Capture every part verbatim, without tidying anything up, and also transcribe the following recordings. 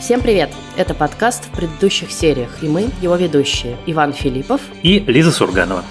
Всем привет! Это подкаст в предыдущих сериях, и мы, его ведущие, Иван Филиппов и Лиза Сурганова.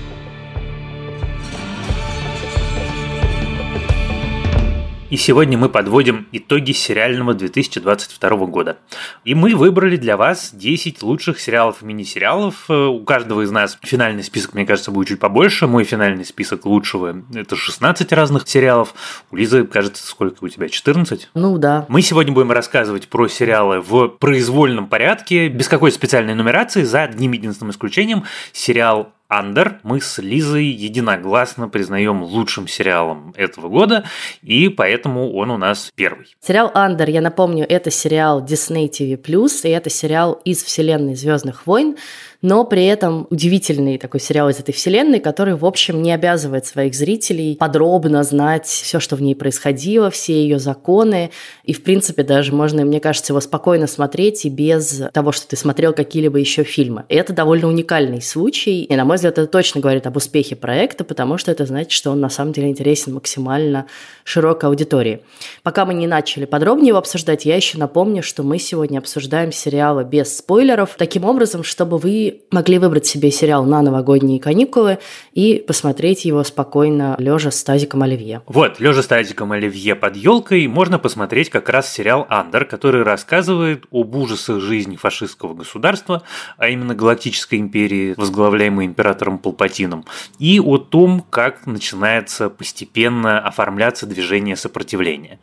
И сегодня мы подводим итоги сериального две тысячи двадцать второго года. И мы выбрали для вас десять лучших сериалов и мини-сериалов. У каждого из нас финальный список, мне кажется, будет чуть побольше. Мой финальный список лучшего – это шестнадцать разных сериалов. У Лизы, кажется, сколько у тебя? четырнадцать? Ну да. Мы сегодня будем рассказывать про сериалы в произвольном порядке, без какой-то специальной нумерации, за одним единственным исключением. Сериал «Андер» мы с Лизой единогласно признаем лучшим сериалом этого года, и поэтому он у нас первый. Сериал «Андер», я напомню, это сериал Disney ти ви плюс, и это сериал из вселенной «Звездных войн», но при этом удивительный такой сериал из этой вселенной, который, в общем, не обязывает своих зрителей подробно знать все, что в ней происходило, все ее законы, и, в принципе, даже можно, мне кажется, его спокойно смотреть и без того, что ты смотрел какие-либо еще фильмы. И это довольно уникальный случай, и, на мой взгляд, это точно говорит об успехе проекта, потому что это значит, что он на самом деле интересен максимально широкой аудитории. Пока мы не начали подробнее его обсуждать, я еще напомню, что мы сегодня обсуждаем сериалы без спойлеров, таким образом, чтобы вы могли выбрать себе сериал на новогодние каникулы и посмотреть его спокойно, лежа с тазиком оливье. Вот, лежа с тазиком оливье под елкой, можно посмотреть как раз сериал «Андер», который рассказывает об ужасах жизни фашистского государства, а именно Галактической империи, возглавляемой императором Палпатином, и о том, как начинается постепенно оформляться движение сопротивления.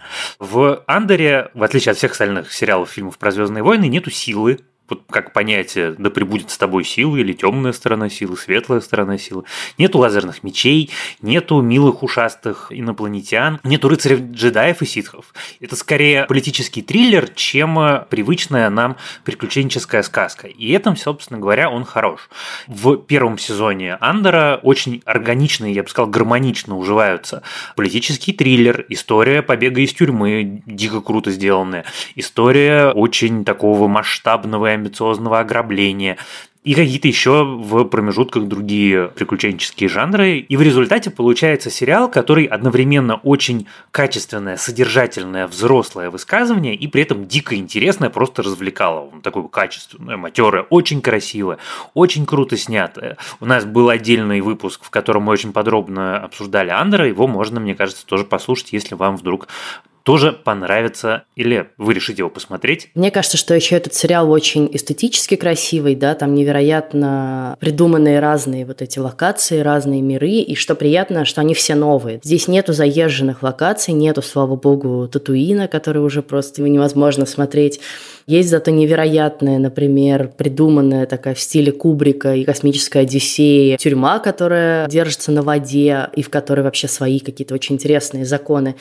В «Андере», в отличие от всех остальных сериалов, фильмов про «Звездные войны», нету силы, как понятие «да пребудет с тобой сила» или «темная сторона силы», «светлая сторона силы». Нету лазерных мечей, нету милых ушастых инопланетян, нету рыцарей-джедаев и ситхов. Это скорее политический триллер, чем привычная нам приключенческая сказка. И этим, собственно говоря, он хорош. В первом сезоне «Андера» очень органично, я бы сказал, гармонично уживаются политический триллер, история побега из тюрьмы, дико круто сделанная, история очень такого масштабного амбициозного ограбления и какие-то еще в промежутках другие приключенческие жанры. И в результате получается сериал, который одновременно очень качественное, содержательное, взрослое высказывание и при этом дико интересное, просто развлекало. Он такое качественное, матерое, очень красивое, очень круто снятое. У нас был отдельный выпуск, в котором мы очень подробно обсуждали «Андера». Его можно, мне кажется, тоже послушать, если вам вдруг тоже понравится, или вы решите его посмотреть. Мне кажется, что еще этот сериал очень эстетически красивый, да, там невероятно придуманные разные вот эти локации, разные миры, и что приятно, что они все новые. Здесь нету заезженных локаций, нету, слава богу, Татуина, который уже просто невозможно смотреть. Есть зато невероятная, например, придуманная такая в стиле Кубрика и «Космическая Одиссея» тюрьма, которая держится на воде и в которой вообще свои какие-то очень интересные законы.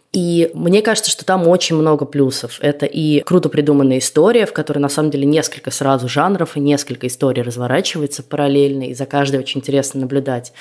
И мне кажется, что там очень много плюсов. Это и круто придуманная история, в которой на самом деле несколько сразу жанров и несколько историй разворачивается параллельно, и за каждой очень интересно наблюдать.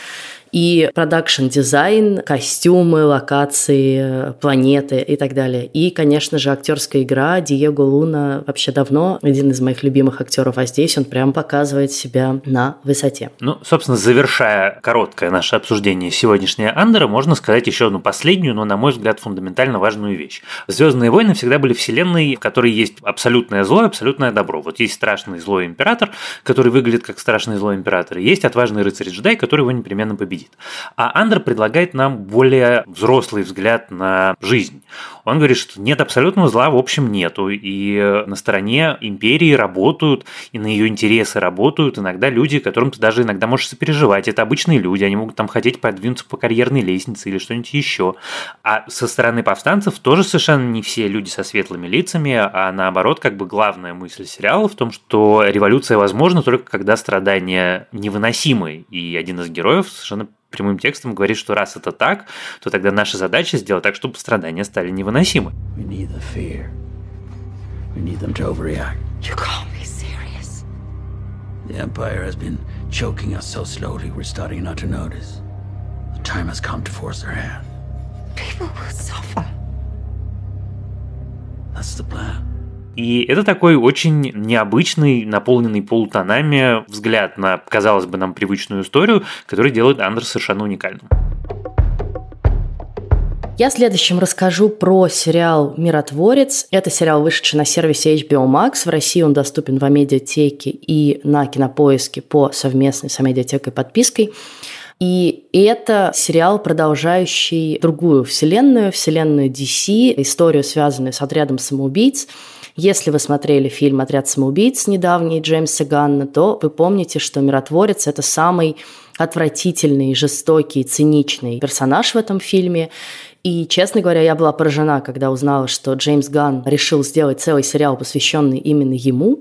И продакшн-дизайн, костюмы, локации, планеты и так далее. И, конечно же, актерская игра. Диего Луна вообще давно один из моих любимых актеров, а здесь он прям показывает себя на высоте. Ну, собственно, завершая короткое наше обсуждение сегодняшнего «Андера», можно сказать еще одну последнюю, но, на мой взгляд, фундаментально важную вещь. «Звездные войны» всегда были вселенной, в которой есть абсолютное зло и абсолютное добро. Вот есть страшный злой император, который выглядит как страшный злой император, и есть отважный рыцарь-джедай, который его непременно победит. А «Андер» предлагает нам более взрослый взгляд на жизнь. Он говорит, что нет абсолютного зла, в общем, нету. И на стороне империи работают, и на ее интересы работают иногда люди, которым ты даже иногда можешь сопереживать. Это обычные люди, они могут там хотеть продвинуться по карьерной лестнице или что-нибудь еще. А со стороны повстанцев тоже совершенно не все люди со светлыми лицами, а наоборот, как бы главная мысль сериала в том, что революция возможна только когда страдания невыносимы. И один из героев совершенно прямым текстом говорит, что раз это так, то тогда наша задача сделать так, чтобы страдания стали невыносимы. И это такой очень необычный, наполненный полутонами взгляд на, казалось бы, нам привычную историю, который делает «Андер» совершенно уникальным. Я следующим расскажу про сериал «Миротворец». Это сериал, вышедший на сервисе эйч би о Max. В России он доступен в Амедиатеке и на Кинопоиске по совместной с Амедиатекой подпиской. И это сериал, продолжающий другую вселенную, вселенную ди си, историю, связанную с отрядом самоубийц. Если вы смотрели фильм «Отряд самоубийц» недавний Джеймса Ганна, то вы помните, что «Миротворец» — это самый отвратительный, жестокий, циничный персонаж в этом фильме. И, честно говоря, я была поражена, когда узнала, что Джеймс Ганн решил сделать целый сериал, посвященный именно ему.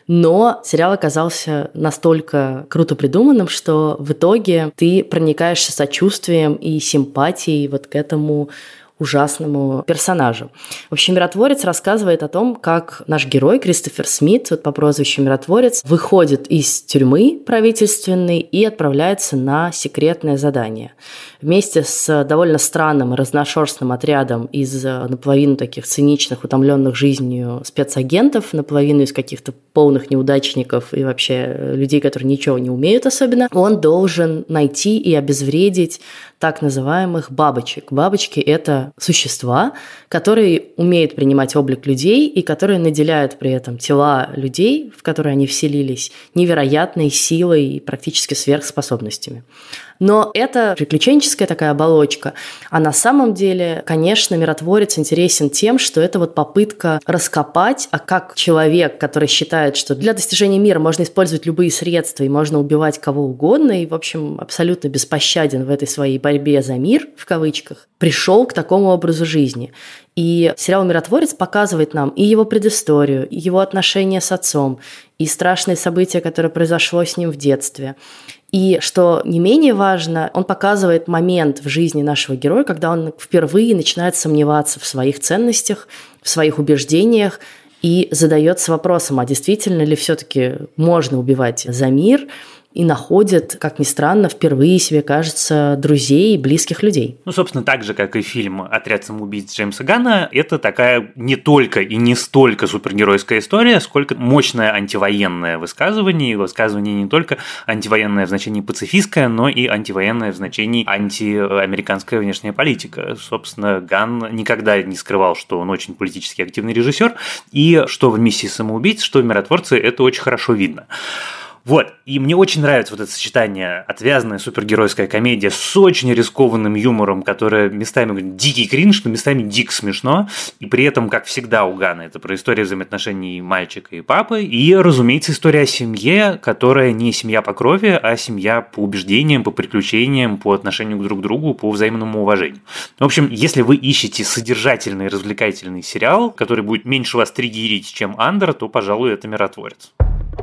Но сериал оказался настолько круто придуманным, что в итоге ты проникаешься сочувствием и симпатией вот к этому ужасному персонажу. В общем, «Миротворец» рассказывает о том, как наш герой Кристофер Смит, вот по прозвищу «Миротворец», выходит из тюрьмы правительственной и отправляется на секретное задание. Вместе с довольно странным и разношерстным отрядом из наполовину таких циничных, утомленных жизнью спецагентов, наполовину из каких-то полных неудачников и вообще людей, которые ничего не умеют особенно, он должен найти и обезвредить так называемых бабочек. Бабочки – это существа, которые умеют принимать облик людей и которые наделяют при этом тела людей, в которые они вселились, невероятной силой и практически сверхспособностями. Но это приключенческая такая оболочка. А на самом деле, конечно, «Миротворец» интересен тем, что это вот попытка раскопать, а как человек, который считает, что для достижения мира можно использовать любые средства и можно убивать кого угодно, и, в общем, абсолютно беспощаден в этой своей борьбе за мир, в кавычках, пришел к такому образу жизни. И сериал «Миротворец» показывает нам и его предысторию, и его отношения с отцом, и страшные события, которые произошло с ним в детстве. И, что не менее важно, он показывает момент в жизни нашего героя, когда он впервые начинает сомневаться в своих ценностях, в своих убеждениях и задается вопросом, а действительно ли все-таки можно убивать за мир, и находит, как ни странно, впервые себе, кажется, друзей и близких людей. Ну, собственно, так же, как и фильм «Отряд самоубийц» Джеймса Ганна, это такая не только и не столько супергеройская история, сколько мощное антивоенное высказывание, и высказывание не только антивоенное в значении пацифистское, но и антивоенное в значении антиамериканская внешняя политика. Собственно, Ганн никогда не скрывал, что он очень политически активный режиссер, и что в «Миссии самоубийц», что в «Миротворце» это очень хорошо видно. Вот, и мне очень нравится вот это сочетание отвязная супергеройская комедия с очень рискованным юмором, которое местами дикий кринж, но местами дико смешно, и при этом, как всегда у Ганна, это про историю взаимоотношений мальчика и папы, и, разумеется, история о семье, которая не семья по крови, а семья по убеждениям, по приключениям, по отношению друг к другу, по взаимному уважению. В общем, если вы ищете содержательный, развлекательный сериал, который будет меньше вас триггерить, чем «Андер», то, пожалуй, это «Миротворец».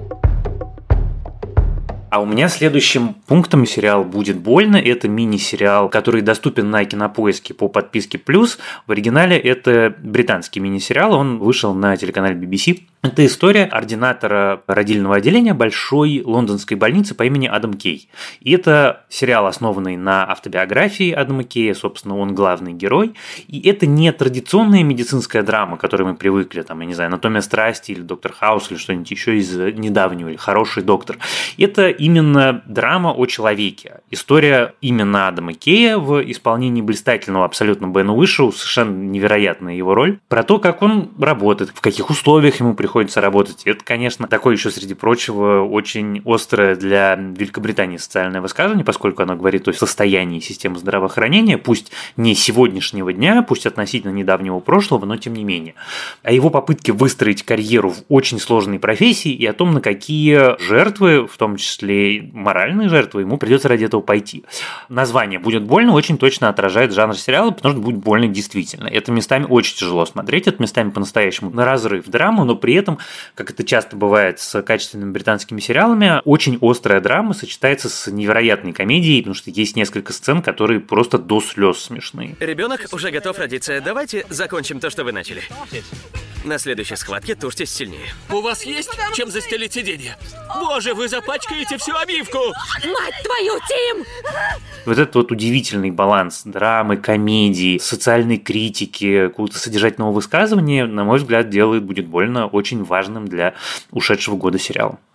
А у меня следующим пунктом сериал «Будет больно». Это мини-сериал, который доступен на Кинопоиске по подписке «Плюс». В оригинале это британский мини-сериал, он вышел на телеканале би би си. Это история ординатора родильного отделения большой лондонской больницы по имени Адам Кей. И это сериал, основанный на автобиографии Адама Кея, собственно, он главный герой. И это не традиционная медицинская драма, к которой мы привыкли, там, я не знаю, «Анатомия страсти» или «Доктор Хаус» или что-нибудь еще из недавнего, или «Хороший доктор». Это именно драма о человеке. История именно Адама Кея в исполнении блистательного абсолютно Бена Уишоу, совершенно невероятная его роль, про то, как он работает, в каких условиях ему приходится работать. И это, конечно, такое еще, среди прочего, очень острое для Великобритании социальное высказывание, поскольку оно говорит о состоянии системы здравоохранения, пусть не сегодняшнего дня, пусть относительно недавнего прошлого, но тем не менее. О его попытке выстроить карьеру в очень сложной профессии и о том, на какие жертвы, в том числе моральные жертвы, ему придется ради этого пойти. Название «Будет больно» очень точно отражает жанр сериала, потому что будет больно действительно. Это местами очень тяжело смотреть, это местами по-настоящему на разрыв драмы, но при этом, как это часто бывает с качественными британскими сериалами, очень острая драма сочетается с невероятной комедией, потому что есть несколько сцен, которые просто до слез смешные. Ребенок уже готов родиться. Давайте закончим то, что вы начали. На следующей схватке тушьтесь сильнее. У вас есть чем застелить сиденье? Боже, вы запачкаете всю обивку! Мать твою, Тим! Вот этот вот удивительный баланс драмы, комедии, социальной критики, какого-то содержательного высказывания, на мой взгляд, делает «Будет больно» очень важным для ушедшего года сериала.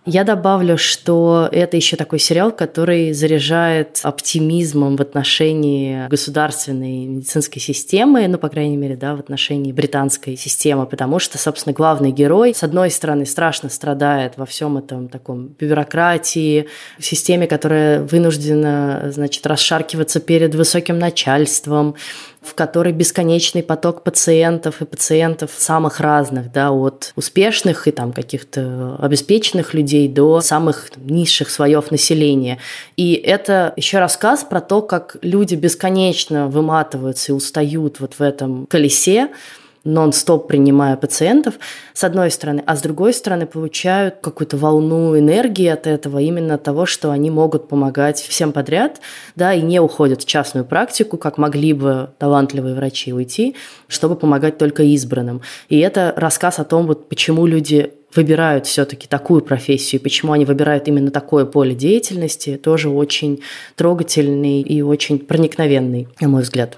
Я добавлю, что это еще такой сериал, который заряжает оптимизмом в отношении государственной медицинской системы, ну, по крайней мере, да, в отношении британской системы, потому что, собственно, главный герой, с одной стороны, страшно страдает во всем этом таком бюрократии, системе, которая вынуждена, значит, расшаркиваться перед высоким начальством, в которой бесконечный поток пациентов и пациентов самых разных, да, от успешных и там каких-то обеспеченных людей до самых там, низших слоев населения. И это еще рассказ про то, как люди бесконечно выматываются и устают вот в этом колесе, нон-стоп принимая пациентов, с одной стороны, а с другой стороны получают какую-то волну энергии от этого, именно от того, что они могут помогать всем подряд, да, и не уходят в частную практику, как могли бы талантливые врачи уйти, чтобы помогать только избранным. И это рассказ о том, вот, почему люди выбирают все-таки такую профессию, почему они выбирают именно такое поле деятельности, тоже очень трогательный и очень проникновенный, на мой взгляд.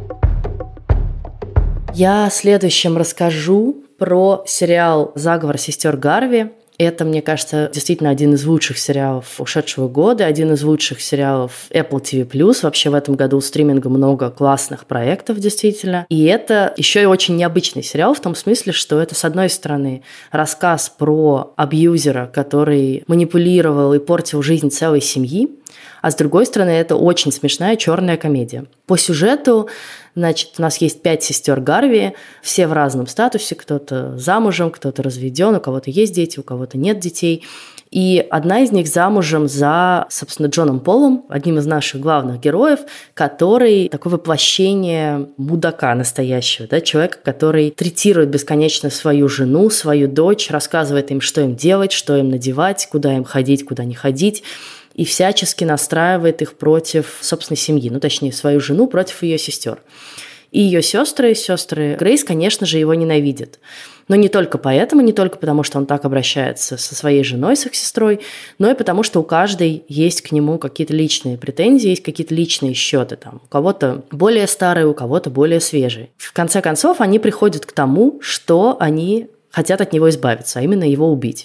Я следующим расскажу про сериал «Заговор сестер Гарви». Это, мне кажется, действительно один из лучших сериалов ушедшего года, один из лучших сериалов Apple ти ви плюс. Вообще в этом году у стриминга много классных проектов, действительно. И это еще и очень необычный сериал в том смысле, что это, с одной стороны, рассказ про абьюзера, который манипулировал и портил жизнь целой семьи, а с другой стороны, это очень смешная черная комедия. По сюжету, значит, у нас есть пять сестер Гарви, все в разном статусе, кто-то замужем, кто-то разведен, у кого-то есть дети, у кого-то нет детей. И одна из них замужем за, собственно, Джоном Полом, одним из наших главных героев, который такое воплощение мудака настоящего, да, человека, который третирует бесконечно свою жену, свою дочь, рассказывает им, что им делать, что им надевать, куда им ходить, куда не ходить, и всячески настраивает их против собственной семьи, ну, точнее, свою жену против ее сестер. И ее сестры, сестры Грейс, конечно же, его ненавидят. Но не только поэтому, не только потому, что он так обращается со своей женой, с их сестрой, но и потому, что у каждой есть к нему какие-то личные претензии, есть какие-то личные счеты. Там. У кого-то более старые, у кого-то более свежие. В конце концов, они приходят к тому, что они хотят от него избавиться, а именно его убить.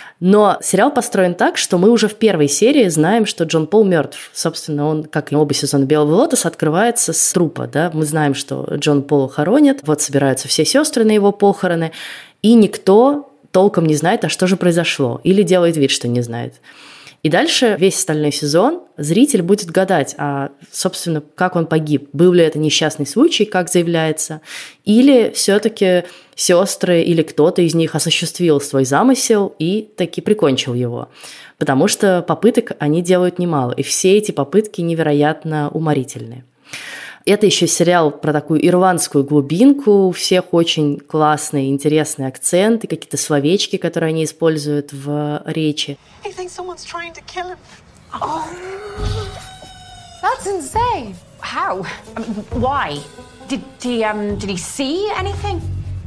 Но сериал построен так, что мы уже в первой серии знаем, что Джон Пол мертв. Собственно, он, как и оба сезона «Белого лотоса», открывается с трупа. Да? Мы знаем, что Джон Пола хоронят, вот собираются все сестры на его похороны, и никто толком не знает, а что же произошло, или делает вид, что не знает. И дальше весь остальной сезон зритель будет гадать, а, собственно, как он погиб. Был ли это несчастный случай, как заявляется, или все-таки сестры или кто-то из них осуществил свой замысел и таки прикончил его. Потому что попыток они делают немало, и все эти попытки невероятно уморительные. Это еще сериал про такую ирландскую глубинку, у всех очень классные, интересные акценты, какие-то словечки, которые они используют в речи. Oh. That's insane. How? I mean, why? Did he um did he see anything?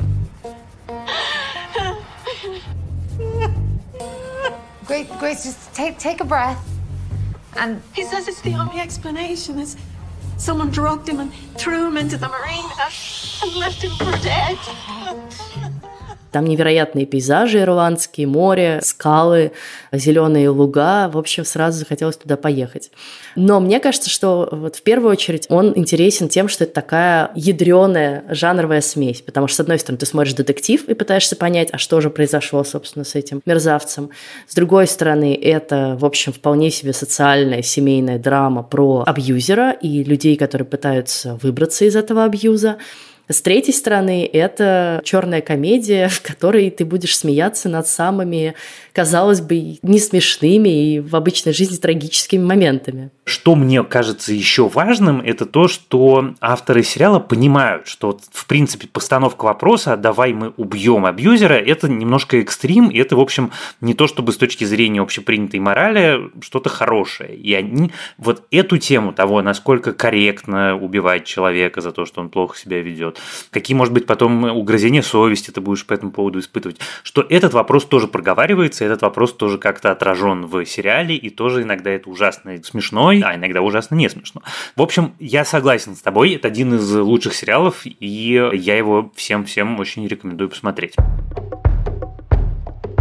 Grace, Grace, just take take a breath. And he says it's the only explanation is someone drugged him and threw him into the marina and left him for dead. Там невероятные пейзажи ирландские, море, скалы, зеленые луга. В общем, сразу захотелось туда поехать. Но мне кажется, что вот в первую очередь он интересен тем, что это такая ядреная жанровая смесь. Потому что, с одной стороны, ты смотришь детектив и пытаешься понять, а что же произошло, собственно, с этим мерзавцем. С другой стороны, это, в общем, вполне себе социальная, семейная драма про абьюзера и людей, которые пытаются выбраться из этого абьюза. С третьей стороны, это черная комедия, в которой ты будешь смеяться над самыми, казалось бы, не смешными и в обычной жизни трагическими моментами. Что мне кажется еще важным, это то, что авторы сериала понимают, что, в принципе, постановка вопроса «давай мы убьем абьюзера» – это немножко экстрим, и это, в общем, не то чтобы с точки зрения общепринятой морали что-то хорошее. И они вот эту тему того, насколько корректно убивать человека за то, что он плохо себя ведет, какие, может быть, потом угрызения совести ты будешь по этому поводу испытывать, что этот вопрос тоже проговаривается, этот вопрос тоже как-то отражен в сериале, и тоже иногда это ужасно смешно, а иногда ужасно не смешно. В общем, я согласен с тобой, это один из лучших сериалов, и я его всем-всем очень рекомендую посмотреть.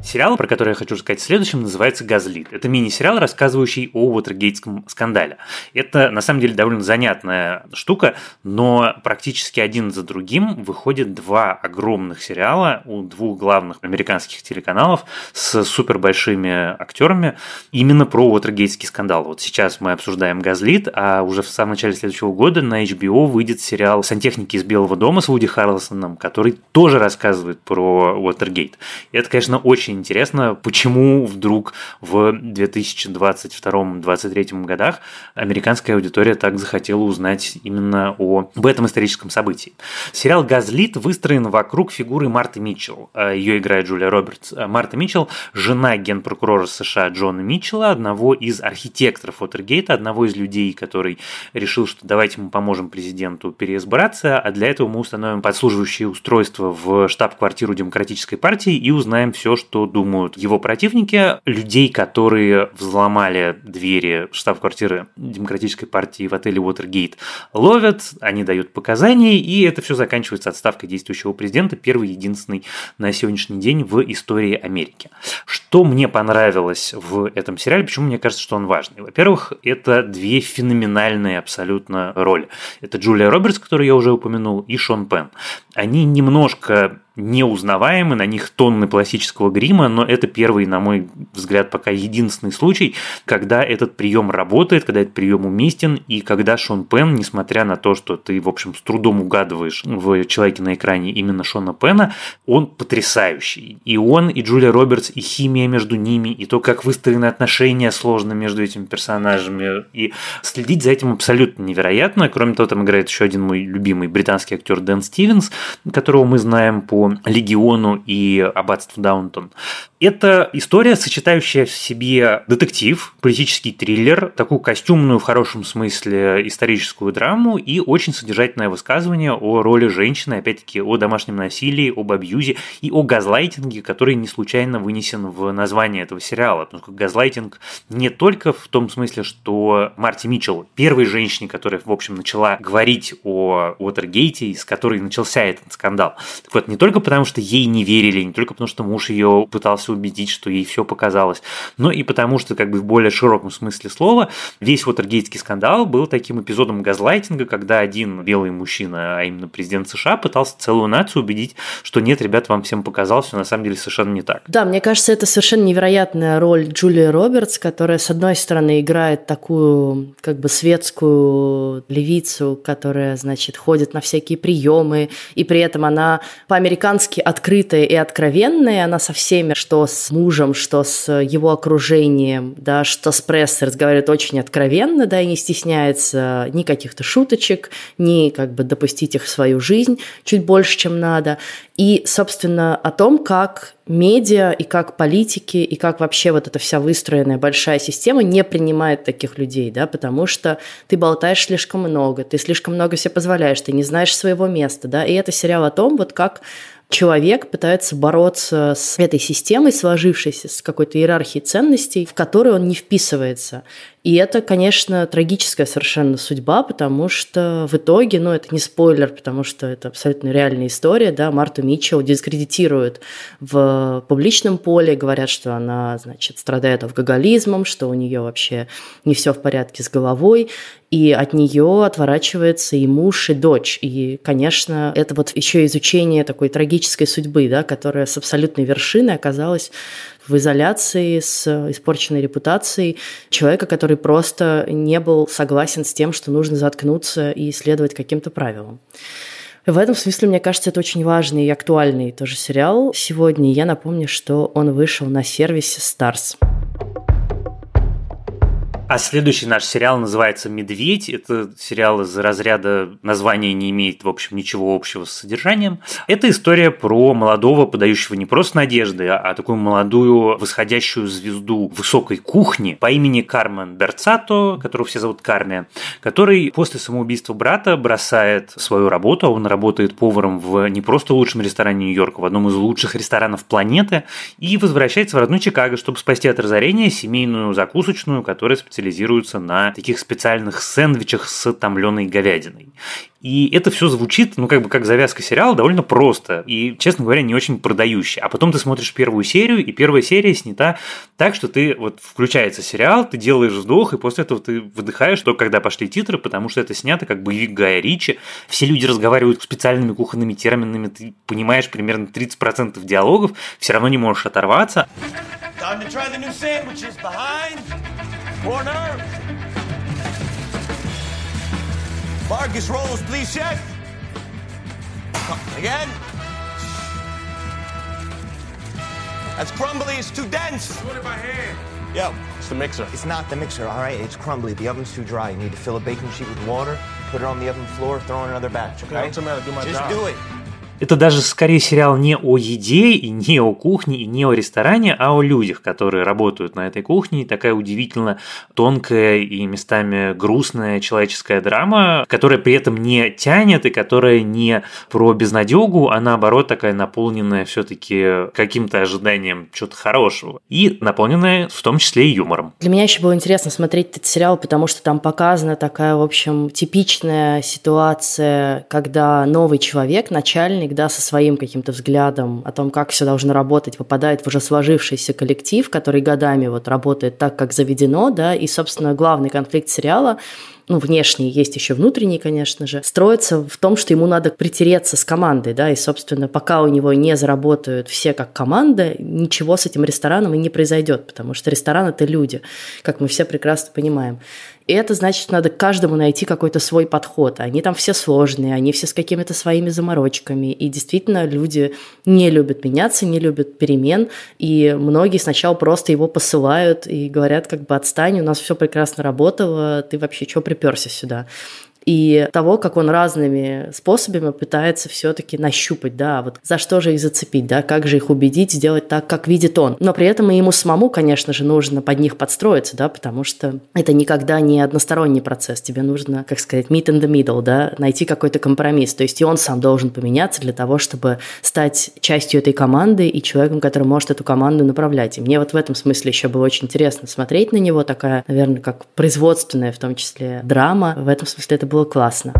Сериал, про который я хочу сказать следующим, называется «Газлит». Это мини-сериал, рассказывающий о Уотергейтском скандале. Это, на самом деле, довольно занятная штука, но практически один за другим выходят два огромных сериала у двух главных американских телеканалов с супербольшими актерами именно про Уотергейтский скандал. Вот сейчас мы обсуждаем «Газлит», а уже в самом начале следующего года на эйч би о выйдет сериал «Сантехники из Белого дома» с Вуди Харрельсоном, который тоже рассказывает про Уотергейт. И это, конечно, очень интересно, почему вдруг в две тысячи двадцать втором — две тысячи двадцать третьем годах американская аудитория так захотела узнать именно о, об этом историческом событии. Сериал «Газлит» выстроен вокруг фигуры Марты Митчелл. Ее играет Джулия Робертс. Марта Митчелл – жена генпрокурора США Джона Митчелла, одного из архитекторов Уотергейта, одного из людей, который решил, что давайте мы поможем президенту переизбраться, а для этого мы установим подслушивающее устройство в штаб-квартиру Демократической партии и узнаем все, что думают его противники, людей, которые взломали двери штаб-квартиры Демократической партии в отеле Уотергейт, ловят, они дают показания, и это все заканчивается отставкой действующего президента, первый и единственный на сегодняшний день в истории Америки. Что мне понравилось в этом сериале, почему мне кажется, что он важный? Во-первых, это две феноменальные абсолютно роли. Это Джулия Робертс, которую я уже упомянул, и Шон Пенн. Они немножко неузнаваемы, на них тонны пластического грима, но это первый, на мой взгляд, пока единственный случай, когда этот прием работает, когда этот прием уместен, и когда Шон Пенн, несмотря на то, что ты, в общем, с трудом угадываешь в человеке на экране именно Шона Пенна, он потрясающий. И он, и Джулия Робертс, и химия между ними, и то, как выстроены отношения сложно между этими персонажами, и следить за этим абсолютно невероятно. Кроме того, там играет еще один мой любимый британский актер Дэн Стивенс, которого мы знаем по «Легиону» и «Аббатству Даунтон». Это история, сочетающая в себе детектив, политический триллер, такую костюмную в хорошем смысле историческую драму и очень содержательное высказывание о роли женщины, опять-таки о домашнем насилии, об абьюзе и о газлайтинге, который не случайно вынесен в название этого сериала. Потому что газлайтинг не только в том смысле, что Марти Митчелл, первой женщине, которая, в общем, начала говорить о Уотергейте, с которой начался этот скандал. Так вот, не только потому, что ей не верили, не только потому, что муж ее пытался убедить, что ей все показалось, но и потому, что как бы в более широком смысле слова весь Уотергейтский скандал был таким эпизодом газлайтинга, когда один белый мужчина, а именно президент США, пытался целую нацию убедить, что нет, ребят, вам всем показалось, все на самом деле совершенно не так. Да, мне кажется, это совершенно невероятная роль Джулии Робертс, которая, с одной стороны, играет такую как бы светскую левицу, которая, значит, ходит на всякие приемы, и при этом она по-американски открытая и откровенная, она со всеми, что с мужем, что с его окружением, да, что с прессой, разговаривает очень откровенно, да, и не стесняется ни каких-то шуточек, ни как бы допустить их в свою жизнь чуть больше, чем надо. И, собственно, о том, как медиа и как политики, и как вообще вот эта вся выстроенная большая система не принимает таких людей, да, потому что ты болтаешь слишком много, ты слишком много себе позволяешь, ты не знаешь своего места, да, и это сериал о том, вот как человек пытается бороться с этой системой, сложившейся, с какой-то иерархией ценностей, в которой он не вписывается. И это, конечно, трагическая совершенно судьба, потому что в итоге, ну, это не спойлер, потому что это абсолютно реальная история, да, Марту Митчелл дискредитируют в публичном поле, говорят, что она, значит, страдает алкоголизмом, что у нее вообще не все в порядке с головой, и от нее отворачивается и муж, и дочь. И, конечно, это вот еще изучение такой трагической судьбы, да, которая с абсолютной вершиной оказалась в изоляции с испорченной репутацией человека, который просто не был согласен с тем, что нужно заткнуться и следовать каким-то правилам. В этом смысле, мне кажется, это очень важный и актуальный тоже сериал сегодня. Я напомню, что он вышел на сервисе Starz. А следующий наш сериал называется «Медведь». Это сериал из разряда названия не имеет, в общем, ничего общего с содержанием. Это история про молодого, подающего не просто надежды, а такую молодую восходящую звезду высокой кухни по имени Кармен Берцато, которого все зовут Карми, который после самоубийства брата бросает свою работу. Он работает поваром в не просто лучшем ресторане Нью-Йорка, в одном из лучших ресторанов планеты, и возвращается в родной Чикаго, чтобы спасти от разорения семейную закусочную, которая специализируется специализируются на таких специальных сэндвичах с томленой говядиной. И это все звучит, ну, как бы как завязка сериала, довольно просто и, честно говоря, не очень продающе. А потом ты смотришь первую серию, и первая серия снята так, что ты вот включается сериал, ты делаешь вдох, и после этого ты выдыхаешь только когда пошли титры, потому что это снято как боевик Гая Ричи. Все люди разговаривают специальными кухонными терминами, ты понимаешь примерно тридцать процентов диалогов, все равно не можешь оторваться. Marcus rolls, please, chef. Again. That's crumbly. It's too dense. Do it by hand. Yep. It's the mixer. It's not the mixer, all right? It's crumbly. The oven's too dry. You need to fill a baking sheet with water, put it on the oven floor, throw in another batch, okay? What's the matter? Do my job. Just do it. Это даже скорее сериал не о еде, и не о кухне, и не о ресторане, а о людях, которые работают на этой кухне. И такая удивительно тонкая и местами грустная человеческая драма, которая при этом не тянет и которая не про безнадегу, а наоборот такая наполненная все-таки каким-то ожиданием чего-то хорошего. И наполненная в том числе и юмором. Для меня еще было интересно смотреть этот сериал, потому что там показана такая, в общем, типичная ситуация, когда новый человек, начальник, да, со своим каким-то взглядом о том, как все должно работать, попадает в уже сложившийся коллектив, который годами вот работает так, как заведено, да, и, собственно, главный конфликт сериала, ну, внешний, есть еще внутренний, конечно же, строится в том, что ему надо притереться с командой, да, и, собственно, пока у него не заработают все как команда, ничего с этим рестораном и не произойдет, потому что ресторан – это люди, как мы все прекрасно понимаем. И это значит, что надо каждому найти какой-то свой подход. Они там все сложные, они все с какими-то своими заморочками. И действительно, люди не любят меняться, не любят перемен. И многие сначала просто его посылают и говорят, как бы, отстань, у нас все прекрасно работало, ты вообще чего приперся сюда? И того, как он разными способами пытается все-таки нащупать, да, вот за что же их зацепить, да, как же их убедить сделать так, как видит он. Но при этом и ему самому, конечно же, нужно под них подстроиться, да, потому что это никогда не односторонний процесс. Тебе нужно, как сказать, meet in the middle, да, найти какой-то компромисс. То есть и он сам должен поменяться для того, чтобы стать частью этой команды и человеком, который может эту команду направлять. И мне вот в этом смысле еще было очень интересно смотреть на него, такая, наверное, как производственная, в том числе, драма. В этом смысле это было классно.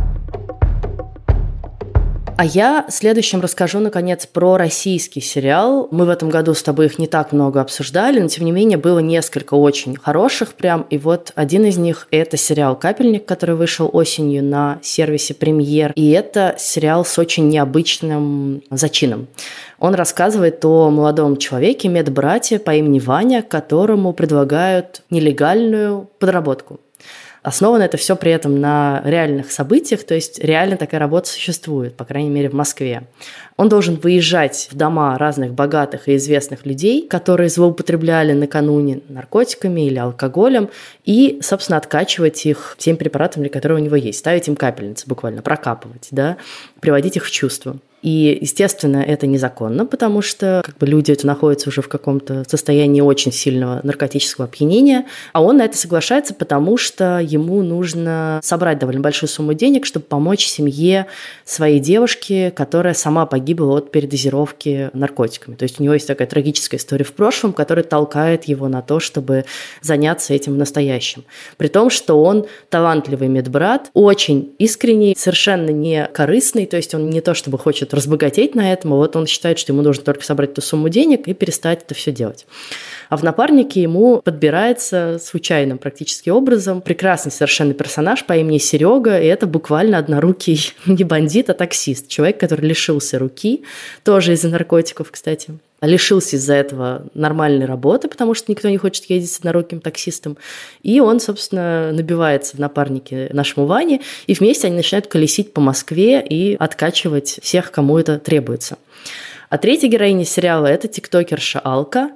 А я следующим расскажу, наконец, про российский сериал. Мы в этом году с тобой их не так много обсуждали, но, тем не менее, было несколько очень хороших прям. И вот один из них – это сериал «Капельник», который вышел осенью на сервисе «Премьер». И это сериал с очень необычным зачином. Он рассказывает о молодом человеке, медбрате по имени Ваня, которому предлагают нелегальную подработку. Основано это все при этом на реальных событиях, то есть реально такая работа существует, по крайней мере, в Москве. Он должен выезжать в дома разных богатых и известных людей, которые злоупотребляли накануне наркотиками или алкоголем, и, собственно, откачивать их теми препаратами, которые у него есть, ставить им капельницы буквально, прокапывать, да, приводить их в чувство. И, естественно, это незаконно, потому что как бы, люди эти находятся уже в каком-то состоянии очень сильного наркотического опьянения, а он на это соглашается, потому что ему нужно собрать довольно большую сумму денег, чтобы помочь семье своей девушки, которая сама погибла от передозировки наркотиками. То есть у него есть такая трагическая история в прошлом, которая толкает его на то, чтобы заняться этим в настоящем. При том, что он талантливый медбрат, очень искренний, совершенно не корыстный, то есть он не то чтобы хочет разбогатеть на этом, а вот он считает, что ему нужно только собрать эту сумму денег и перестать это все делать. А в напарнике ему подбирается случайным практически образом прекрасный совершенно персонаж по имени Серега, и это буквально однорукий не бандит, а таксист. Человек, который лишился руки, тоже из-за наркотиков, кстати. Лишился из-за этого нормальной работы, потому что никто не хочет ездить с одноруким таксистом. И он, собственно, набивается в напарнике нашему Ване, и вместе они начинают колесить по Москве и откачивать всех, кому это требуется. А третья героиня сериала – это тиктокерша Алка,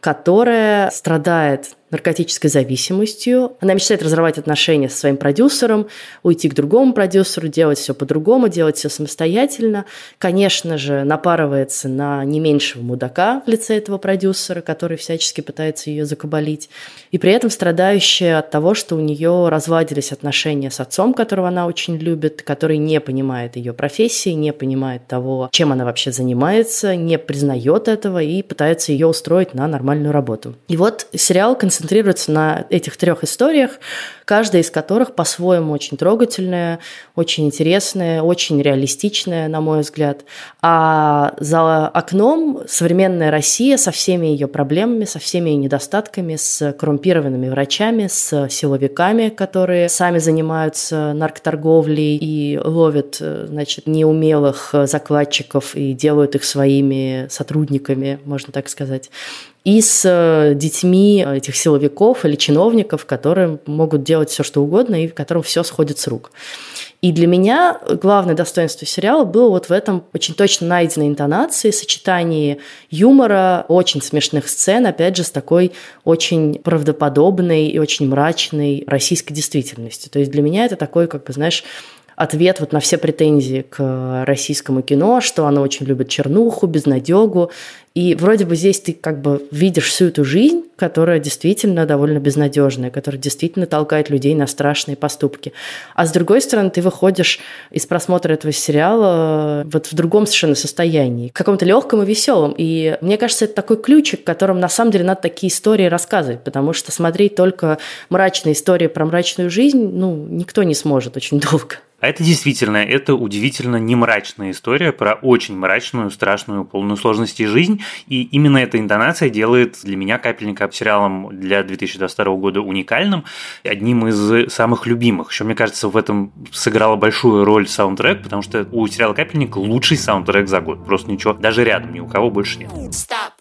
которая страдает наркотической зависимостью. Она мечтает разорвать отношения со своим продюсером, уйти к другому продюсеру, делать все по-другому, делать все самостоятельно. Конечно же, напарывается на не меньшего мудака в лице этого продюсера, который всячески пытается ее закабалить. И при этом страдающая от того, что у нее разладились отношения с отцом, которого она очень любит, который не понимает ее профессии, не понимает того, чем она вообще занимается, не признает этого и пытается ее устроить на нормальную работу. И вот сериал концентрируется концентрируется на этих трех историях, каждая из которых по-своему очень трогательная, очень интересная, очень реалистичная, на мой взгляд. А за окном современная Россия со всеми ее проблемами, со всеми ее недостатками, с коррумпированными врачами, с силовиками, которые сами занимаются наркоторговлей и ловят, значит, неумелых закладчиков и делают их своими сотрудниками, можно так сказать. И с детьми этих силовиков или чиновников, которые могут делать все, что угодно, и которым все сходит с рук. И для меня главное достоинство сериала было вот в этом очень точно найденной интонации, сочетании юмора, очень смешных сцен, опять же, с такой очень правдоподобной и очень мрачной российской действительностью. То есть для меня это такой, как бы, знаешь, ответ вот на все претензии к российскому кино, что оно очень любит чернуху, безнадегу. И вроде бы здесь ты как бы видишь всю эту жизнь, которая действительно довольно безнадежная, которая действительно толкает людей на страшные поступки. А с другой стороны, ты выходишь из просмотра этого сериала вот в другом совершенно состоянии, каком-то легком и веселом. И мне кажется, это такой ключик, которым на самом деле надо такие истории рассказывать, потому что смотреть только мрачные истории про мрачную жизнь, ну, никто не сможет очень долго. А это действительно, это удивительно не мрачная история про очень мрачную, страшную, полную сложностей жизнь. И именно эта интонация делает для меня «Капельника» сериалом для две тысячи двадцать второго года уникальным, одним из самых любимых. Еще, мне кажется, в этом сыграла большую роль саундтрек, потому что у сериала «Капельник» лучший саундтрек за год. Просто ничего, даже рядом ни у кого больше нет. Stop.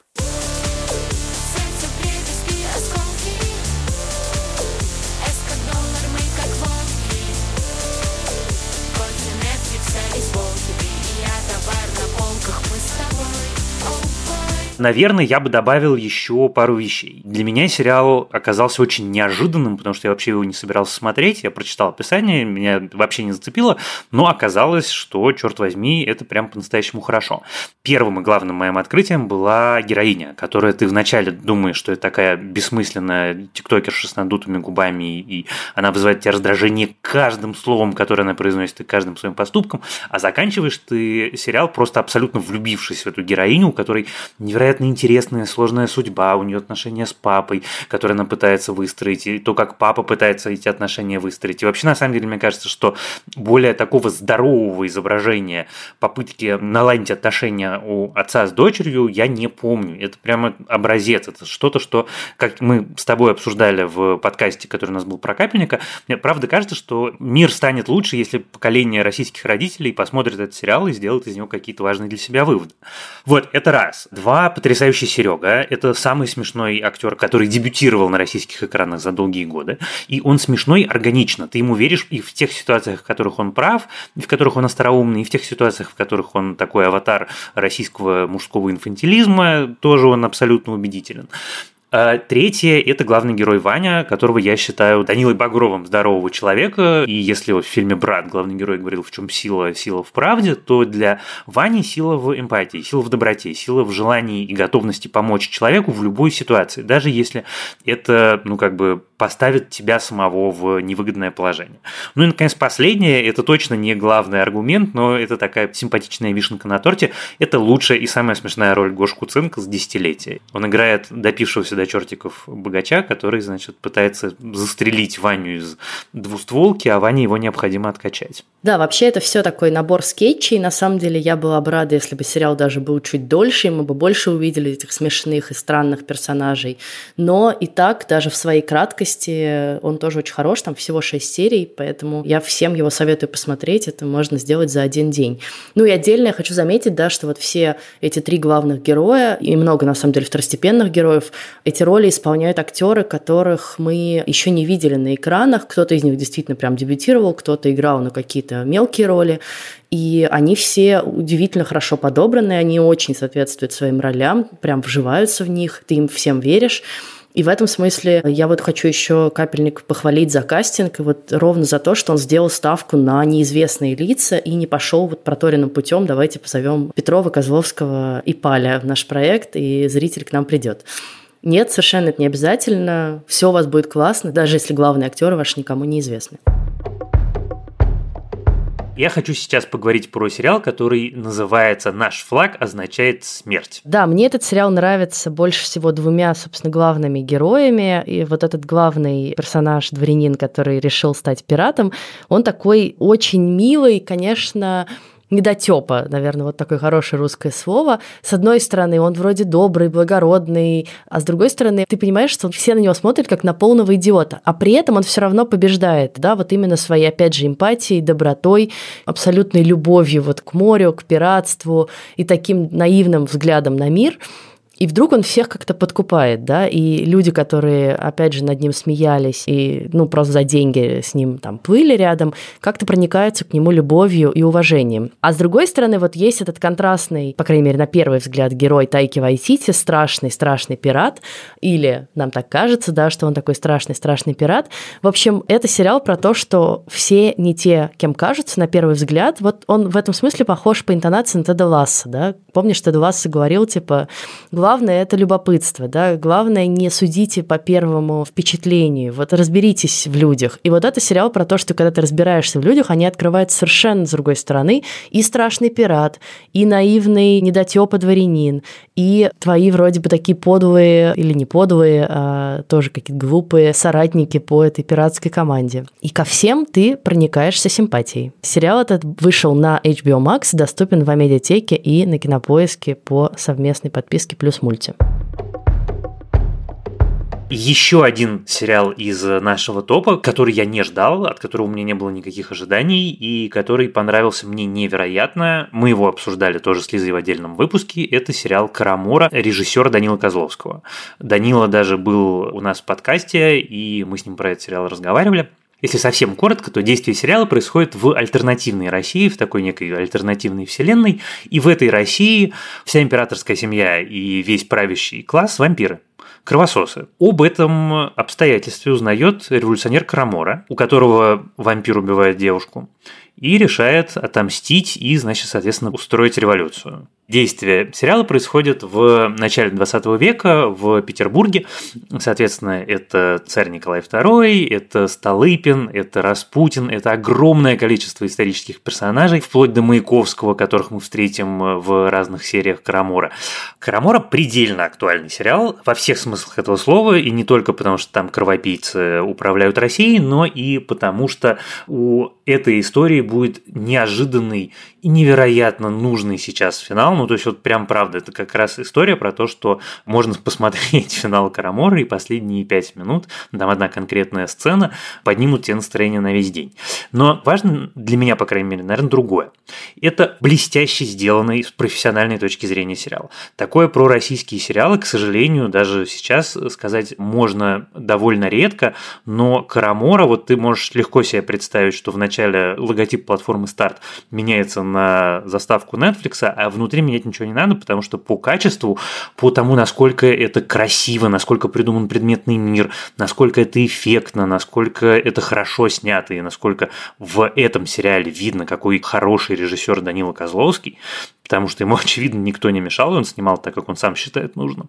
Наверное, я бы добавил еще пару вещей. Для меня сериал оказался очень неожиданным, потому что я вообще его не собирался смотреть. Я прочитал описание, меня вообще не зацепило, но оказалось, что, черт возьми, это прям по-настоящему хорошо. Первым и главным моим открытием была героиня, которая ты вначале думаешь, что это такая бессмысленная тиктокерша с надутыми губами, и она вызывает у тебя раздражение каждым словом, которое она произносит, и каждым своим поступком, а заканчиваешь ты сериал просто абсолютно влюбившись в эту героиню, у которой невероятно интересная, сложная судьба, у нее отношения с папой, которые она пытается выстроить, и то, как папа пытается эти отношения выстроить. И вообще, на самом деле, мне кажется, что более такого здорового изображения попытки наладить отношения у отца с дочерью я не помню. Это прямо образец. Это что-то, что, как мы с тобой обсуждали в подкасте, который у нас был про Капельника, мне правда кажется, что мир станет лучше, если поколение российских родителей посмотрит этот сериал и сделает из него какие-то важные для себя выводы. Вот, это раз. Два, потрясающий Серега. Это самый смешной актер, который дебютировал на российских экранах за долгие годы. И он смешной органично. Ты ему веришь и в тех ситуациях, в которых он прав, и в которых он остроумный, и в тех ситуациях, в которых он такой аватар российского мужского инфантилизма, тоже он абсолютно убедителен. Третье – это главный герой Ваня, которого я считаю Данилой Багровым здорового человека. И если в фильме «Брат» главный герой говорил, в чем сила, сила в правде, то для Вани сила в эмпатии, сила в доброте, сила в желании и готовности помочь человеку в любой ситуации, даже если это, ну, как бы поставит тебя самого в невыгодное положение. Ну и, наконец, последнее – это точно не главный аргумент, но это такая симпатичная вишенка на торте. Это лучшая и самая смешная роль Гоши Куценко с десятилетия. Он играет допившегося до чертиков богача, который, значит, пытается застрелить Ваню из двустволки, а Ване его необходимо откачать. Да, вообще это все такой набор скетчей. На самом деле я была бы рада, если бы сериал даже был чуть дольше, и мы бы больше увидели этих смешных и странных персонажей. Но и так, даже в своей краткости, он тоже очень хорош, там всего шесть серий, поэтому я всем его советую посмотреть, это можно сделать за один день. Ну и отдельно я хочу заметить, да, что вот все эти три главных героя, и много, на самом деле, второстепенных героев, эти роли исполняют актеры, которых мы еще не видели на экранах. Кто-то из них действительно прям дебютировал, кто-то играл на какие-то мелкие роли. И они все удивительно хорошо подобраны, они очень соответствуют своим ролям, прям вживаются в них, ты им всем веришь. И в этом смысле я вот хочу еще Капельник похвалить за кастинг, и вот ровно за то, что он сделал ставку на неизвестные лица и не пошел вот проторенным путем. Давайте позовем Петрова, Козловского и Паля в наш проект, и зритель к нам придет. Нет, совершенно это не обязательно. Все у вас будет классно, даже если главные актеры ваши никому не известны. Я хочу сейчас поговорить про сериал, который называется «Наш флаг означает смерть». Да, мне этот сериал нравится больше всего двумя, собственно, главными героями. И вот этот главный персонаж, дворянин, который решил стать пиратом, он такой очень милый, конечно, недотёпа, наверное, вот такое хорошее русское слово. С одной стороны, он вроде добрый, благородный, а с другой стороны, ты понимаешь, что все на него смотрят как на полного идиота, а при этом он все равно побеждает, да, вот именно своей, опять же, эмпатией, добротой, абсолютной любовью вот к морю, к пиратству и таким наивным взглядом на мир. И вдруг он всех как-то подкупает, да, и люди, которые, опять же, над ним смеялись и, ну, просто за деньги с ним там плыли рядом, как-то проникаются к нему любовью и уважением. А с другой стороны, вот есть этот контрастный, по крайней мере, на первый взгляд, герой Тайки Вайтити, страшный-страшный пират, или нам так кажется, да, что он такой страшный-страшный пират. В общем, это сериал про то, что все не те, кем кажутся на первый взгляд. Вот он в этом смысле похож по интонации на Теда Лассо, да. Помнишь, Тед Лассо говорил, типа, главное – это любопытство, да, главное – не судите по первому впечатлению, вот разберитесь в людях. И вот это сериал про то, что когда ты разбираешься в людях, они открывают совершенно с другой стороны и страшный пират, и наивный недотёпа дворянин, и твои вроде бы такие подлые, или не подлые, а тоже какие-то глупые соратники по этой пиратской команде. И ко всем ты проникаешься симпатией. Сериал этот вышел на эйч би о Max, доступен в Амедиатеке и на Кинопоиске по совместной подписке плюс мульти. Еще один сериал из нашего топа, который я не ждал, от которого у меня не было никаких ожиданий, и который понравился мне невероятно. Мы его обсуждали тоже с Лизой в отдельном выпуске. Это сериал «Карамора» режиссера Данила Козловского. Данила даже был у нас в подкасте, и мы с ним про этот сериал разговаривали. Если совсем коротко, то действие сериала происходит в альтернативной России, в такой некой альтернативной вселенной, и в этой России вся императорская семья и весь правящий класс – вампиры. Кровососы. Об этом обстоятельстве узнает революционер Карамора, у которого вампир убивает девушку, и решает отомстить и, значит, соответственно, устроить революцию. Действие сериала происходит в начале двадцатого века в Петербурге. Соответственно, это царь Николай второй, это Столыпин, это Распутин, это огромное количество исторических персонажей, вплоть до Маяковского, которых мы встретим в разных сериях Карамора. Карамора предельно актуальный сериал во всех смыслах этого слова, и не только потому, что там кровопийцы управляют Россией, но и потому, что у этой истории будет неожиданный и невероятно нужный сейчас финал. Ну, то есть, вот прям правда, это как раз история про то, что можно посмотреть финал Карамора, и последние пять минут, там одна конкретная сцена, поднимут тебе настроение на весь день. Но важно для меня, по крайней мере, наверное, другое. Это блестяще сделанный с профессиональной точки зрения сериал. Такое про российские сериалы, к сожалению, даже сейчас сказать можно довольно редко, но Карамора, вот ты можешь легко себе представить, что вначале логотип платформы «Старт» меняется на заставку Netflix, а внутри менять ничего не надо, потому что по качеству, по тому, насколько это красиво, насколько придуман предметный мир, насколько это эффектно, насколько это хорошо снято, и насколько в этом сериале видно, какой хороший режиссер Данила Козловский, потому что ему, очевидно, никто не мешал, и он снимал так, как он сам считает нужным.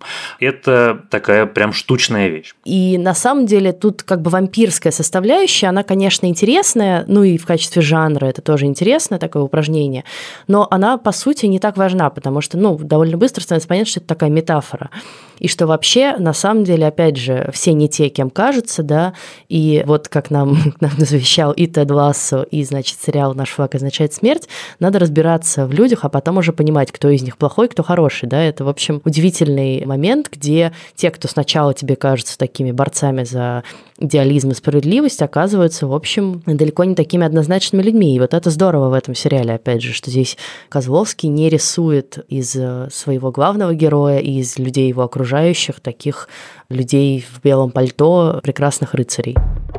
Это такая прям штучная вещь. И на самом деле тут как бы вампирская составляющая, она, конечно, интересная, ну и в качестве жанра это тоже интересное такое упражнение, но она, по сути, не так важна, потому что, ну, довольно быстро становится понятно, что это такая метафора. И что вообще, на самом деле, опять же, все не те, кем кажутся, да, и вот как нам, нам завещал и Тед Лассо, и, значит, сериал «Наш флаг означает смерть», надо разбираться в людях, а потом уже понимать, кто из них плохой, кто хороший, да, это, в общем, удивительный момент, где те, кто сначала тебе кажутся такими борцами за идеализм и справедливость, оказываются, в общем, далеко не такими однозначными людьми. И вот это здорово в этом сериале, опять же, что здесь Козловский не рисует из своего главного героя и из людей его окружающих таких людей в белом пальто, прекрасных рыцарей.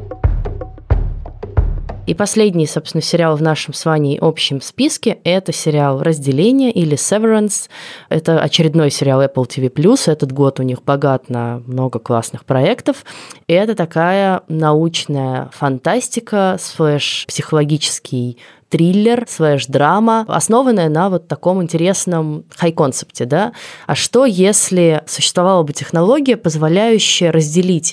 И последний, собственно, сериал в нашем с Ваней общем списке – это сериал «Разделение» или «Severance». Это очередной сериал Apple ти ви плюс. Этот год у них богат на много классных проектов. И это такая научная фантастика, слэш-психологический триллер, слэш-драма, основанная на вот таком интересном хай-концепте, да? А что, если существовала бы технология, позволяющая разделить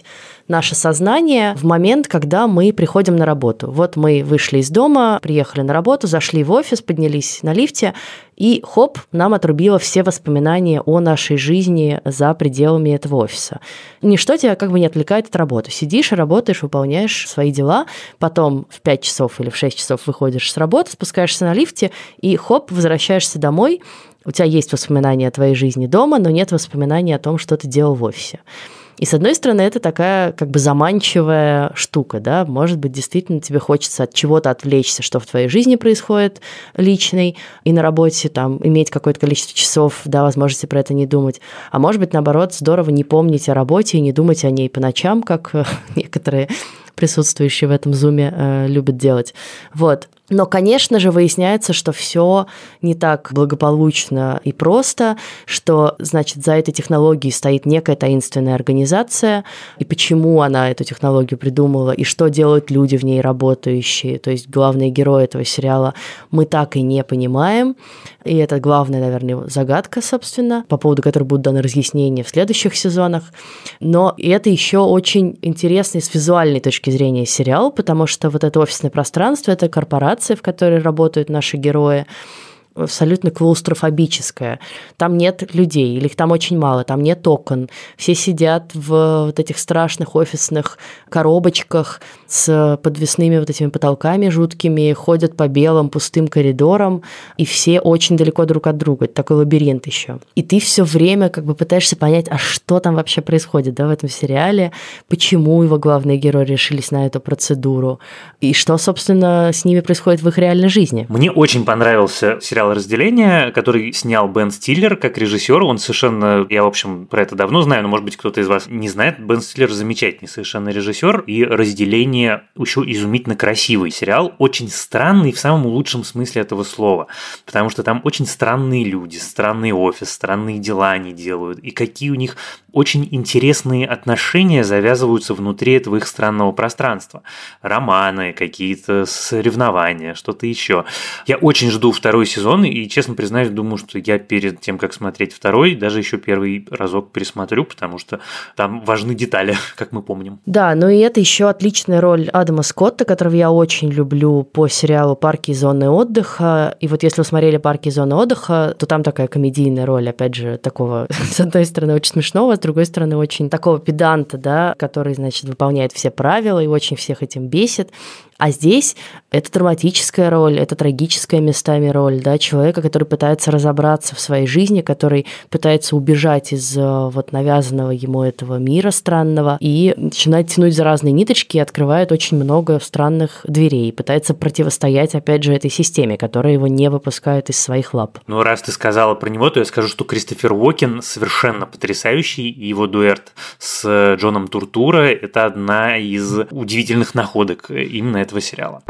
наше сознание в момент, когда мы приходим на работу. Вот мы вышли из дома, приехали на работу, зашли в офис, поднялись на лифте, и хоп, нам отрубило все воспоминания о нашей жизни за пределами этого офиса. Ничто тебя как бы не отвлекает от работы. Сидишь и работаешь, выполняешь свои дела, потом в пять часов или в шесть часов выходишь с работы, спускаешься на лифте, и хоп, возвращаешься домой. У тебя есть воспоминания о твоей жизни дома, но нет воспоминаний о том, что ты делал в офисе. И, с одной стороны, это такая как бы заманчивая штука, да, может быть, действительно тебе хочется от чего-то отвлечься, что в твоей жизни происходит личной, и на работе там иметь какое-то количество часов, да, возможности про это не думать. А может быть, наоборот, здорово не помнить о работе и не думать о ней по ночам, как некоторые присутствующие в этом зуме э, любят делать. Вот. Но, конечно же, выясняется, что все не так благополучно и просто, что, значит, за этой технологией стоит некая таинственная организация, и почему она эту технологию придумала, и что делают люди в ней работающие, то есть главные герои этого сериала, мы так и не понимаем. И это главная, наверное, загадка, собственно, по поводу которой будут даны разъяснения в следующих сезонах. Но это еще очень интересный с визуальной точки зрения сериал, потому что вот это офисное пространство, это корпорация, в которой работают наши герои, абсолютно клаустрофобическая. Там нет людей, или их там очень мало, там нет окон. Все сидят в вот этих страшных офисных коробочках с подвесными вот этими потолками жуткими, ходят по белым пустым коридорам, и все очень далеко друг от друга. Это такой лабиринт еще. И ты все время как бы пытаешься понять, а что там вообще происходит, да, в этом сериале, почему его главные герои решились на эту процедуру, и что, собственно, с ними происходит в их реальной жизни. Мне очень понравился сериал «Разделение», который снял Бен Стиллер как режиссер. Он совершенно, я, в общем, про это давно знаю, но, может быть, кто-то из вас не знает. Бен Стиллер замечательный совершенно режиссер, и «Разделение» еще изумительно красивый сериал, очень странный в самом лучшем смысле этого слова, потому что там очень странные люди, странный офис, странные дела они делают, и какие у них очень интересные отношения завязываются внутри этого их странного пространства. Романы, какие-то соревнования, что-то еще. Я очень жду второй сезон, и, честно признаюсь, думаю, что я перед тем, как смотреть второй, даже еще первый разок пересмотрю, потому что там важны детали, как мы помним. Да, ну и это еще отличная роль Адама Скотта, которого я очень люблю по сериалу «Парки и зоны отдыха». И вот если вы смотрели «Парки и зоны отдыха», то там такая комедийная роль, опять же, такого, с одной стороны, очень смешного, с другой стороны, очень такого педанта, да, который, значит, выполняет все правила и очень всех этим бесит. А здесь это драматическая роль, это трагическая местами роль, да, человека, который пытается разобраться в своей жизни, который пытается убежать из вот навязанного ему этого мира странного и начинает тянуть за разные ниточки и открывает очень много странных дверей, пытается противостоять, опять же, этой системе, которая его не выпускает из своих лап. Ну, раз ты сказала про него, то я скажу, что Кристофер Уокен совершенно потрясающий, и его дуэт с Джоном Туртуро – это одна из удивительных находок именно этого сериала.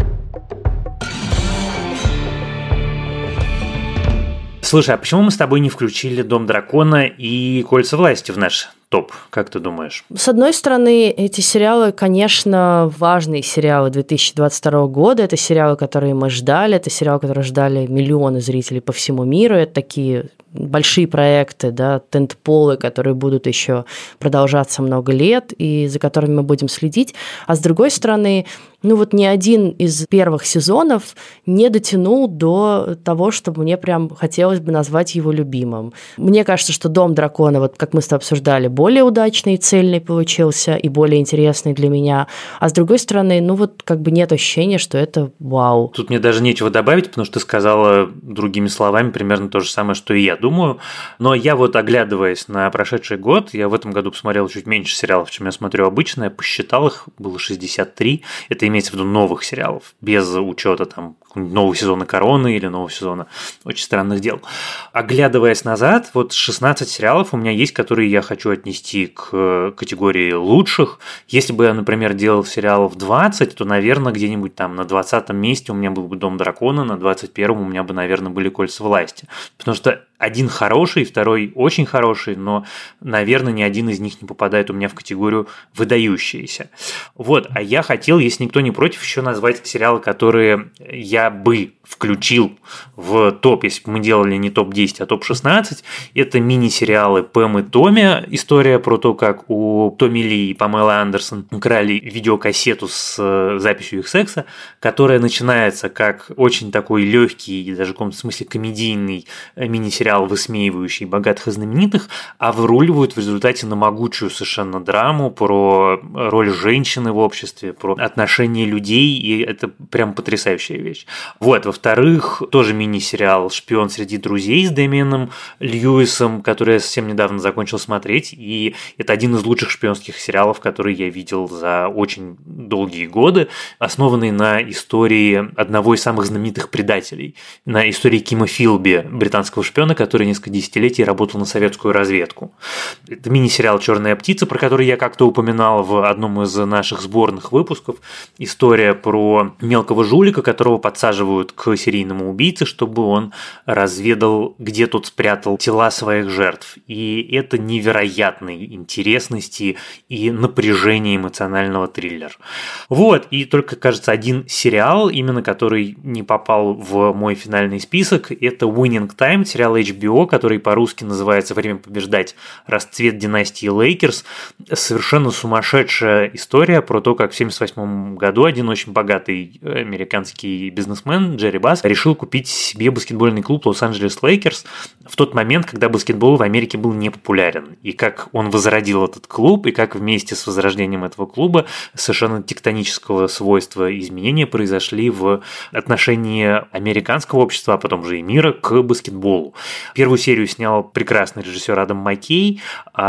Слушай, а почему мы с тобой не включили «Дом дракона» и «Кольца власти» в наш топ, как ты думаешь? С одной стороны, эти сериалы, конечно, важные сериалы две тысячи двадцать второго года. Это сериалы, которые мы ждали. Это сериалы, которые ждали миллионы зрителей по всему миру. Это такие большие проекты, да, тентполы, которые будут еще продолжаться много лет и за которыми мы будем следить. А с другой стороны, ну вот ни один из первых сезонов не дотянул до того, чтобы мне прям хотелось бы назвать его любимым. Мне кажется, что «Дом дракона», вот как мы с тобой обсуждали, более удачный и цельный получился, и более интересный для меня. А с другой стороны, ну вот как бы нет ощущения, что это вау. Тут мне даже нечего добавить, потому что ты сказала другими словами примерно то же самое, что и я думаю. Но я вот, оглядываясь на прошедший год, я в этом году посмотрел чуть меньше сериалов, чем я смотрю обычно. Я посчитал их, было шестьдесят три. Это имеется в виду новых сериалов, без учета там нового сезона «Короны» или нового сезона «Очень странных дел». Оглядываясь назад, вот шестнадцать сериалов у меня есть, которые я хочу отнести к категории лучших. Если бы я, например, делал сериалов двадцать, то, наверное, где-нибудь там на двадцатом месте у меня был бы «Дом дракона», на двадцать первом у меня бы, наверное, были «Кольца власти». Потому что Один хороший, второй очень хороший, но, наверное, ни один из них не попадает у меня в категорию выдающиеся. Вот, а я хотел, если никто не против, еще назвать сериалы, которые я бы включил в топ, если бы мы делали не топ десять, а топ шестнадцать. Это мини-сериалы Пэм и Томми. История про то, как у Томми Ли и Памелы Андерсон украли видеокассету с записью их секса, которая начинается как очень такой легкий и даже в каком-то смысле комедийный мини-сериал, высмеивающий богатых и знаменитых, а выруливают в результате на могучую совершенно драму про роль женщины в обществе, про отношения людей, и это прям потрясающая вещь. Вот, во-вторых, тоже мини-сериал «Шпион среди друзей» с Дэмианом Льюисом, который я совсем недавно закончил смотреть, и это один из лучших шпионских сериалов, которые я видел за очень долгие годы, основанный на истории одного из самых знаменитых предателей, на истории Кима Филби, британского шпиона, который несколько десятилетий работал на советскую разведку. Это мини-сериал «Черная птица», про который я как-то упоминал в одном из наших сборных выпусков. История про мелкого жулика, которого подсаживают к серийному убийце, чтобы он разведал, где тот спрятал тела своих жертв. И это невероятной интересности и напряжения эмоционального триллера. Вот, и только, кажется, один сериал, именно который не попал в мой финальный список, это Winning Time, сериал эйч би о, который по-русски называется «Время побеждать. Расцвет династии Лейкерс». Совершенно сумасшедшая история про то, как в семьдесят восьмом году один очень богатый американский бизнесмен Джерри Басс решил купить себе баскетбольный клуб Лос-Анджелес Лейкерс в тот момент, когда баскетбол в Америке был не популярен. И как он возродил этот клуб, и как вместе с возрождением этого клуба совершенно тектонического свойства изменения произошли в отношении американского общества, а потом же и мира к баскетболу. Первую серию снял прекрасный режиссер Адам Маккей,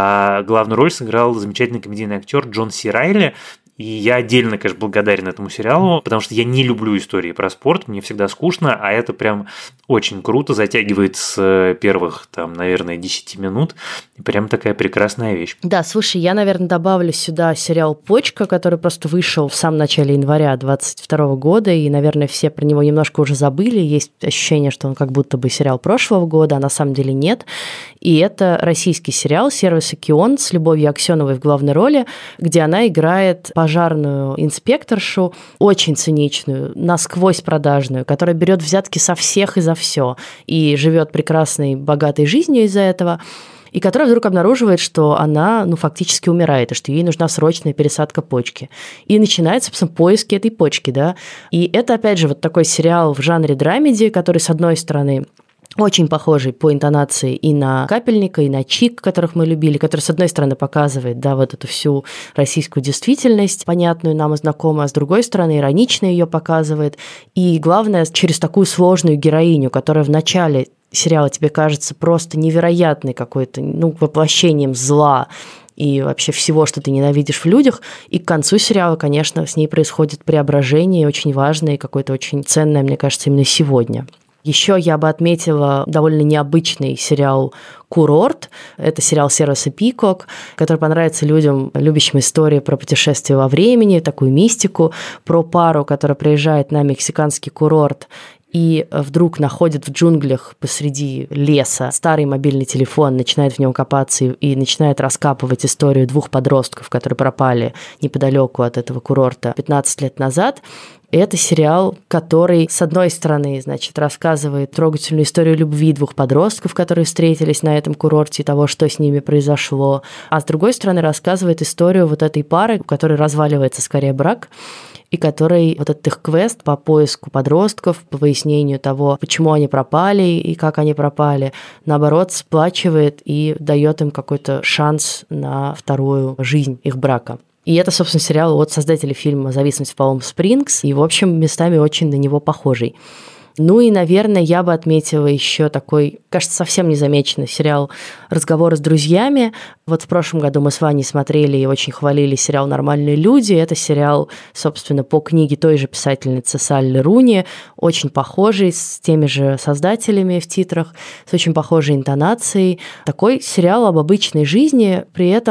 а главную роль сыграл замечательный комедийный актер Джон Си Райли. И я отдельно, конечно, благодарен этому сериалу, потому что я не люблю истории про спорт, мне всегда скучно, а это прям очень круто, затягивает с первых, там, наверное, десяти минут. Прям такая прекрасная вещь. Да, слушай, я, наверное, добавлю сюда сериал «Почка», который просто вышел в самом начале января двадцать второго года, и, наверное, все про него немножко уже забыли. Есть ощущение, что он как будто бы сериал прошлого года, а на самом деле нет. И это российский сериал сервиса «Кион» с Любовью Аксеновой в главной роли, где она играет пожарную инспекторшу, очень циничную, насквозь продажную, которая берет взятки со всех и за все, и живет прекрасной, богатой жизнью из-за этого, и которая вдруг обнаруживает, что она, ну, фактически умирает, и что ей нужна срочная пересадка почки. И начинается, собственно, поиски этой почки, да. И это, опять же, вот такой сериал в жанре драмеди, который, с одной стороны, очень похожий по интонации и на «Капельника», и на «Чик», которых мы любили, который, с одной стороны, показывает, да, вот эту всю российскую действительность, понятную нам и знакомую, а с другой стороны, иронично ее показывает. И, главное, через такую сложную героиню, которая в начале сериала тебе кажется просто невероятной какой-то, ну, воплощением зла и вообще всего, что ты ненавидишь в людях. И к концу сериала, конечно, с ней происходит преображение, очень важное и какое-то очень ценное, мне кажется, именно сегодня. Еще я бы отметила довольно необычный сериал «Курорт». Это сериал сервиса Peacock, который понравится людям, любящим истории про путешествия во времени, такую мистику, про пару, которая приезжает на мексиканский курорт и вдруг находит в джунглях посреди леса старый мобильный телефон, начинает в нем копаться и, и начинает раскапывать историю двух подростков, которые пропали неподалеку от этого курорта пятнадцать лет назад. Это сериал, который, с одной стороны, значит, рассказывает трогательную историю любви двух подростков, которые встретились на этом курорте, и того, что с ними произошло, а с другой стороны, рассказывает историю вот этой пары, у которой разваливается скорее брак, и который вот этот их квест по поиску подростков, по выяснению того, почему они пропали и как они пропали, наоборот, сплачивает и дает им какой-то шанс на вторую жизнь их брака. И это, собственно, сериал от создателей фильма «Зависимость в Палм-Спрингс», и, в общем, местами очень на него похожий. Ну и, наверное, я бы отметила еще такой, кажется, совсем незамеченный сериал «Разговоры с друзьями». Вот в прошлом году мы с Ваней смотрели и очень хвалили сериал «Нормальные люди». Это сериал, собственно, по книге той же писательницы Салли Руни, очень похожий, с теми же создателями в титрах, с очень похожей интонацией. Такой сериал об обычной жизни, при этом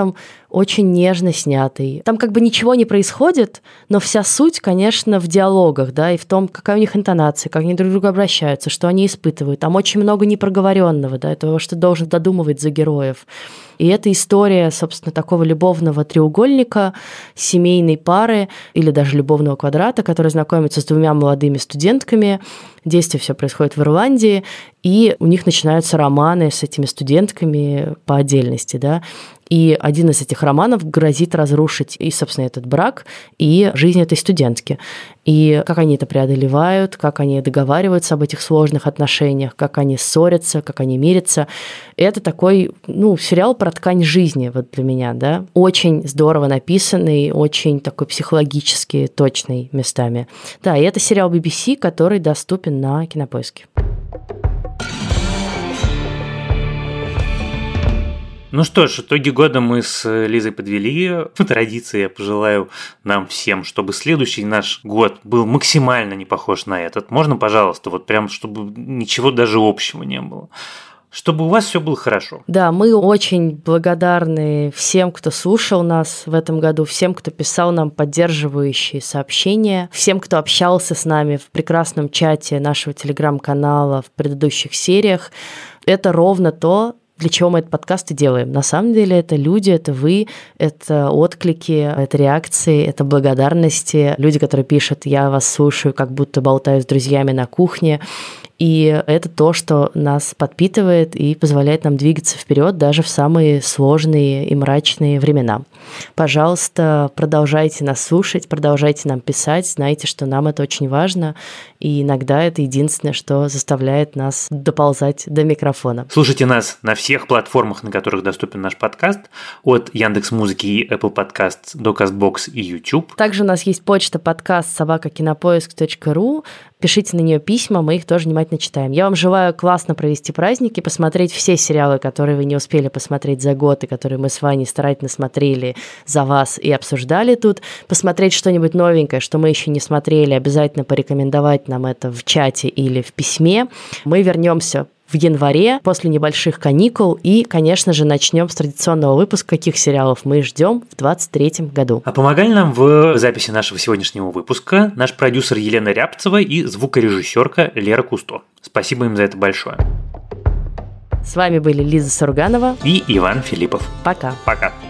очень нежно снятый. Там как бы ничего не происходит, но вся суть, конечно, в диалогах, да, и в том, какая у них интонация, как они друг к другу обращаются, что они испытывают. Там очень много непроговоренного, да, того, что должен додумывать за героев. И это история, собственно, такого любовного треугольника, семейной пары или даже любовного квадрата, который знакомится с двумя молодыми студентками. Действие все происходит в Ирландии, и у них начинаются романы с этими студентками по отдельности, да. И один из этих романов грозит разрушить и, собственно, этот брак, и жизнь этой студентки. И как они это преодолевают, как они договариваются об этих сложных отношениях, как они ссорятся, как они мирятся. Это такой, ну, сериал про ткань жизни вот для меня, да. Очень здорово написанный, очень такой психологически точный местами. Да, и это сериал би би си, который доступен на Кинопоиске. Ну что ж, итоги года мы с Лизой подвели. По традиции я пожелаю нам всем, чтобы следующий наш год был максимально не похож на этот. Можно, пожалуйста, вот прям, чтобы ничего даже общего не было. Чтобы у вас все было хорошо. Да, мы очень благодарны всем, кто слушал нас в этом году, всем, кто писал нам поддерживающие сообщения, всем, кто общался с нами в прекрасном чате нашего телеграм-канала в предыдущих сериях. Это ровно то, для чего мы этот подкаст и делаем. На самом деле это люди, это вы, это отклики, это реакции, это благодарности. Люди, которые пишут: «Я вас слушаю, как будто болтаю с друзьями на кухне». И это то, что нас подпитывает и позволяет нам двигаться вперед даже в самые сложные и мрачные времена. Пожалуйста, продолжайте нас слушать, продолжайте нам писать. Знайте, что нам это очень важно. И иногда это единственное, что заставляет нас доползать до микрофона. Слушайте нас на всех платформах, на которых доступен наш подкаст. От Яндекс.Музыки и Apple Podcasts до Castbox и YouTube. Также у нас есть почта подкаст собака кинопоиск точка ру. Пишите на нее письма, мы их тоже внимательно читаем. Я вам желаю классно провести праздники, посмотреть все сериалы, которые вы не успели посмотреть за год, и которые мы с Ваней старательно смотрели за вас и обсуждали тут. Посмотреть что-нибудь новенькое, что мы еще не смотрели, обязательно порекомендовать нам это в чате или в письме. Мы вернемся в январе после небольших каникул и, конечно же, начнем с традиционного выпуска, каких сериалов мы ждем в двадцать третьем году. А помогали нам в записи нашего сегодняшнего выпуска наш продюсер Елена Рябцева и звукорежиссерка Лера Кусто. Спасибо им за это большое. С вами были Лиза Сурганова и Иван Филиппов. Пока. Пока.